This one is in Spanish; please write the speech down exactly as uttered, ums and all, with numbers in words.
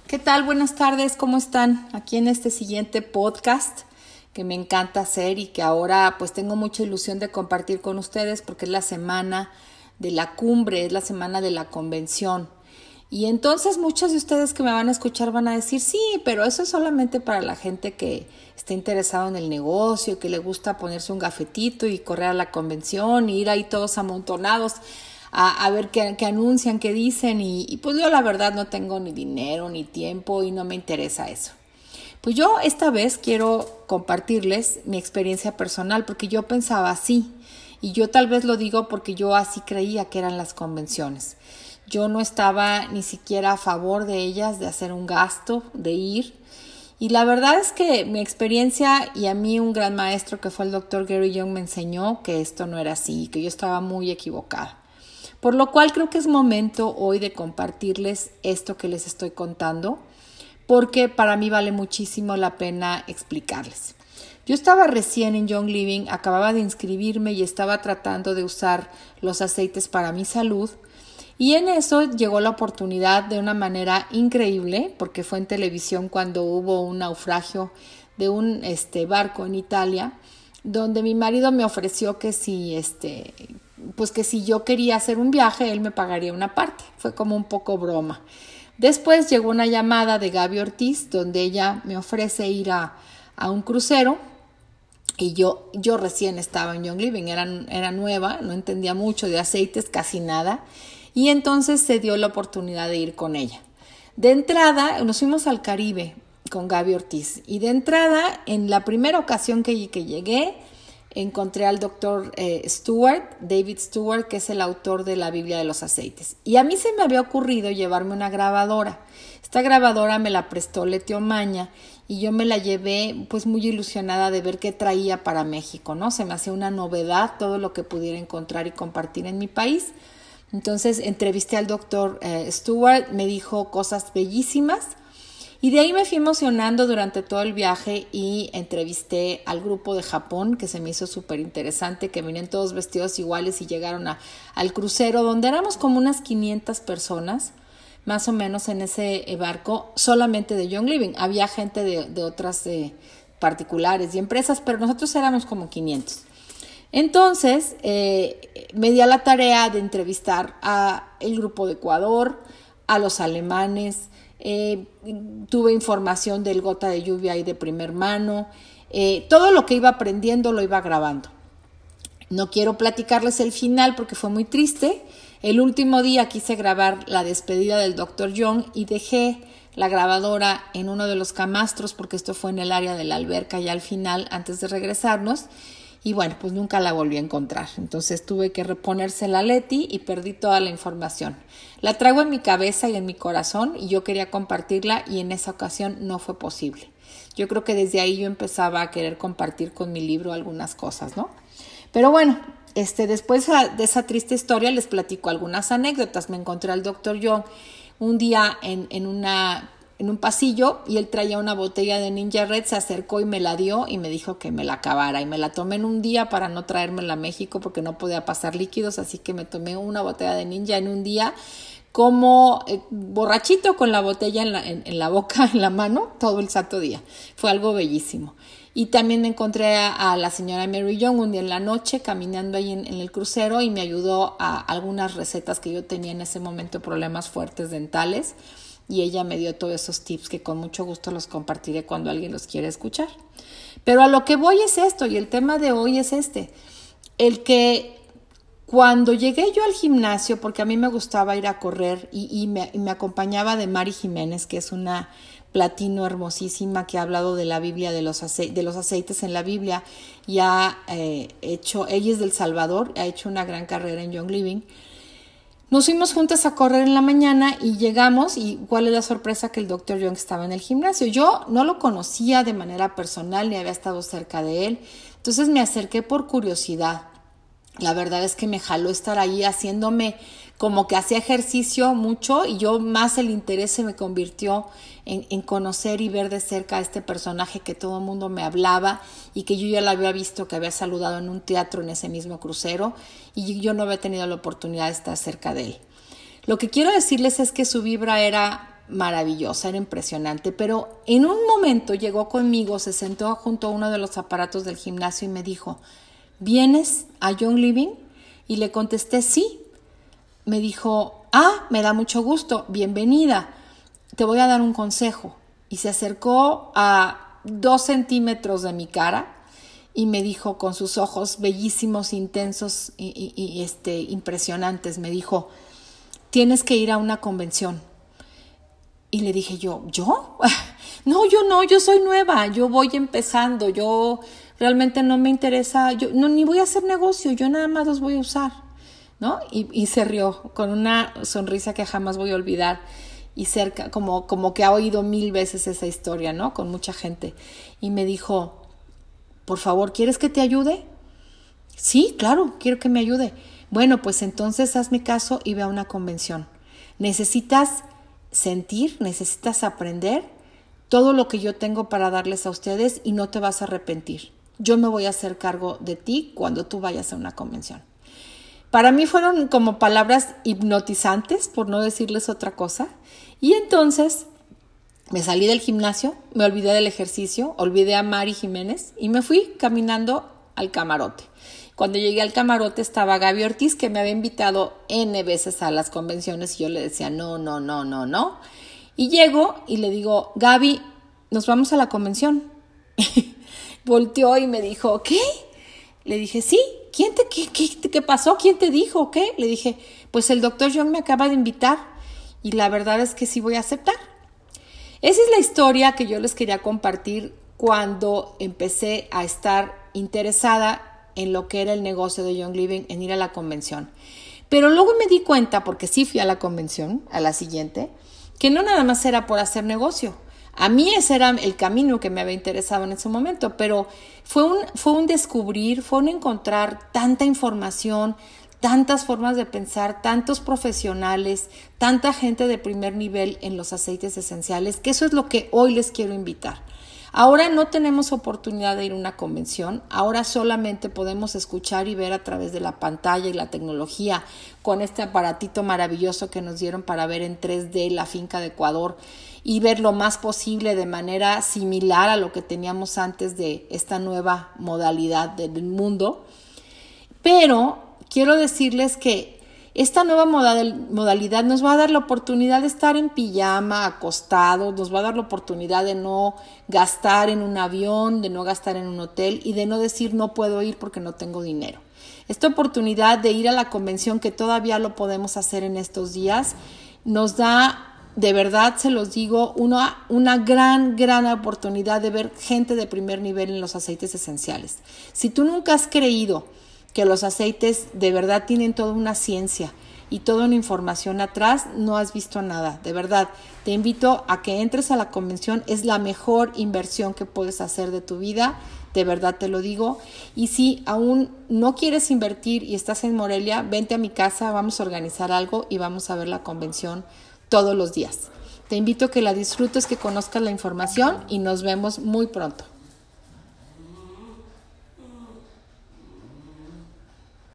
¿Qué tal? Buenas tardes, ¿cómo están? Aquí en este siguiente podcast que me encanta hacer y que ahora pues tengo mucha ilusión de compartir con ustedes porque es la semana de la cumbre, es la semana de la convención. Y entonces muchos de ustedes que me van a escuchar van a decir, sí, pero eso es solamente para la gente que está interesado en el negocio, que le gusta ponerse un gafetito y correr a la convención y ir ahí todos amontonados a, a ver qué, qué anuncian, qué dicen. Y, y pues yo la verdad no tengo ni dinero ni tiempo y no me interesa eso. Pues yo esta vez quiero compartirles mi experiencia personal porque yo pensaba así. Y yo tal vez lo digo porque yo así creía que eran las convenciones. Yo no estaba ni siquiera a favor de ellas, de hacer un gasto, de ir. Y la verdad es que mi experiencia y a mí un gran maestro que fue el doctor Gary Young me enseñó que esto no era así, que yo estaba muy equivocada. Por lo cual creo que es momento hoy de compartirles esto que les estoy contando, porque para mí vale muchísimo la pena explicarles. Yo estaba recién en Young Living, acababa de inscribirme y estaba tratando de usar los aceites para mi salud. Y en eso llegó la oportunidad de una manera increíble, porque fue en televisión cuando hubo un naufragio de un este, barco en Italia, donde mi marido me ofreció que si, este, pues que si yo quería hacer un viaje, él me pagaría una parte. Fue como un poco broma. Después llegó una llamada de Gaby Ortiz, donde ella me ofrece ir a, a un crucero. Y yo, yo recién estaba en Young Living, era, era nueva, no entendía mucho de aceites, casi nada. Y entonces se dio la oportunidad de ir con ella. De entrada, nos fuimos al Caribe con Gaby Ortiz. Y de entrada, en la primera ocasión que, que llegué, encontré al doctor eh, Stewart, David Stewart, que es el autor de la Biblia de los Aceites. Y a mí se me había ocurrido llevarme una grabadora. Esta grabadora me la prestó Letio Maña y yo me la llevé pues muy ilusionada de ver qué traía para México, ¿no? Se me hacía una novedad todo lo que pudiera encontrar y compartir en mi país. Entonces entrevisté al doctor eh, Stewart, me dijo cosas bellísimas y de ahí me fui emocionando durante todo el viaje y entrevisté al grupo de Japón, que se me hizo súper interesante, que venían todos vestidos iguales y llegaron a, al crucero, donde éramos como unas quinientas personas, más o menos en ese barco, solamente de Young Living. Había gente de, de otras eh, particulares y empresas, pero nosotros éramos como quinientos. Entonces, eh, me di a la tarea de entrevistar a el grupo de Ecuador, a los alemanes, eh, tuve información del Gota de Lluvia ahí de primer mano, eh, todo lo que iba aprendiendo lo iba grabando. No quiero platicarles el final porque fue muy triste. El último día quise grabar la despedida del doctor Young y dejé la grabadora en uno de los camastros porque esto fue en el área de la alberca ya al final, antes de regresarnos. Y bueno, pues nunca la volví a encontrar. Entonces tuve que reponérsela a Leti y perdí toda la información. La traigo en mi cabeza y en mi corazón y yo quería compartirla y en esa ocasión no fue posible. Yo creo que desde ahí yo empezaba a querer compartir con mi libro algunas cosas, ¿no? Pero bueno, este, después de esa triste historia les platico algunas anécdotas. Me encontré al doctor Young un día en, en una... en un pasillo y él traía una botella de Ninja Red, se acercó y me la dio y me dijo que me la acabara y me la tomé en un día para no traérmela a México porque no podía pasar líquidos, así que me tomé una botella de Ninja en un día como eh, borrachito con la botella en la, en, en la boca, en la mano, todo el santo día. Fue algo bellísimo. Y también encontré a, a la señora Mary Young un día en la noche caminando ahí en, en el crucero y me ayudó a algunas recetas que yo tenía en ese momento, problemas fuertes dentales. Y ella me dio todos esos tips que con mucho gusto los compartiré cuando alguien los quiera escuchar. Pero a lo que voy es esto, y el tema de hoy es este. El que cuando llegué yo al gimnasio, porque a mí me gustaba ir a correr, y, y, me, y me acompañaba de Mari Jiménez, que es una platino hermosísima que ha hablado de la Biblia, de los, ace- de los aceites en la Biblia, y ha eh, hecho, ella es del Salvador, ha hecho una gran carrera en Young Living. Nos fuimos juntas a correr en la mañana y llegamos y ¿cuál es la sorpresa? Que el doctor Young estaba en el gimnasio. Yo no lo conocía de manera personal ni había estado cerca de él, entonces me acerqué por curiosidad. La verdad es que me jaló estar ahí haciéndome como que hacía ejercicio mucho y yo más el interés se me convirtió en, en conocer y ver de cerca a este personaje que todo el mundo me hablaba y que yo ya lo había visto, que había saludado en un teatro en ese mismo crucero y yo no había tenido la oportunidad de estar cerca de él. Lo que quiero decirles es que su vibra era maravillosa, era impresionante, pero en un momento llegó conmigo, se sentó junto a uno de los aparatos del gimnasio y me dijo, ¿vienes a Young Living? Y le contesté sí. Me dijo, ah, me da mucho gusto, bienvenida, te voy a dar un consejo. Y se acercó a dos centímetros de mi cara y me dijo con sus ojos bellísimos, intensos y, y, y este, impresionantes, me dijo, tienes que ir a una convención. Y le dije yo, ¿yo? No, yo no, yo soy nueva, yo voy empezando, yo realmente no me interesa, yo no, ni voy a hacer negocio, yo nada más los voy a usar, ¿no? Y, y se rió con una sonrisa que jamás voy a olvidar y cerca, como, como que ha oído mil veces esa historia, ¿no? Con mucha gente. Y me dijo, por favor, ¿quieres que te ayude? Sí, claro, quiero que me ayude. Bueno, pues entonces hazme caso y ve a una convención. Necesitas sentir, necesitas aprender todo lo que yo tengo para darles a ustedes y no te vas a arrepentir. Yo me voy a hacer cargo de ti cuando tú vayas a una convención. Para mí fueron como palabras hipnotizantes, por no decirles otra cosa. Y entonces me salí del gimnasio, me olvidé del ejercicio, olvidé a Mari Jiménez y me fui caminando al camarote. Cuando llegué al camarote estaba Gaby Ortiz, que me había invitado N veces a las convenciones y yo le decía no, no, no, no, no. Y llego y le digo, Gaby, nos vamos a la convención. Volteó y me dijo, ¿qué? Le dije, sí, ¿quién te, qué, qué, qué pasó? ¿Quién te dijo? ¿Qué? Le dije, pues el doctor Young me acaba de invitar y la verdad es que sí voy a aceptar. Esa es la historia que yo les quería compartir cuando empecé a estar interesada en lo que era el negocio de Young Living, en ir a la convención. Pero luego me di cuenta, porque sí fui a la convención, a la siguiente, que no nada más era por hacer negocio. A mí ese era el camino que me había interesado en ese momento, pero fue un, fue un descubrir, fue un encontrar tanta información, tantas formas de pensar, tantos profesionales, tanta gente de primer nivel en los aceites esenciales, que eso es lo que hoy les quiero invitar. Ahora no tenemos oportunidad de ir a una convención, ahora solamente podemos escuchar y ver a través de la pantalla y la tecnología con este aparatito maravilloso que nos dieron para ver en tres D la finca de Ecuador y ver lo más posible de manera similar a lo que teníamos antes de esta nueva modalidad del mundo. Pero quiero decirles que esta nueva modalidad nos va a dar la oportunidad de estar en pijama, acostados, nos va a dar la oportunidad de no gastar en un avión, de no gastar en un hotel y de no decir no puedo ir porque no tengo dinero. Esta oportunidad de ir a la convención, que todavía lo podemos hacer en estos días, nos da, de verdad se los digo, una, una gran, gran oportunidad de ver gente de primer nivel en los aceites esenciales. Si tú nunca has creído que los aceites de verdad tienen toda una ciencia y toda una información atrás, no has visto nada. De verdad, te invito a que entres a la convención, es la mejor inversión que puedes hacer de tu vida, de verdad te lo digo. Y si aún no quieres invertir y estás en Morelia, vente a mi casa, vamos a organizar algo y vamos a ver la convención todos los días. Te invito a que la disfrutes, que conozcas la información y nos vemos muy pronto.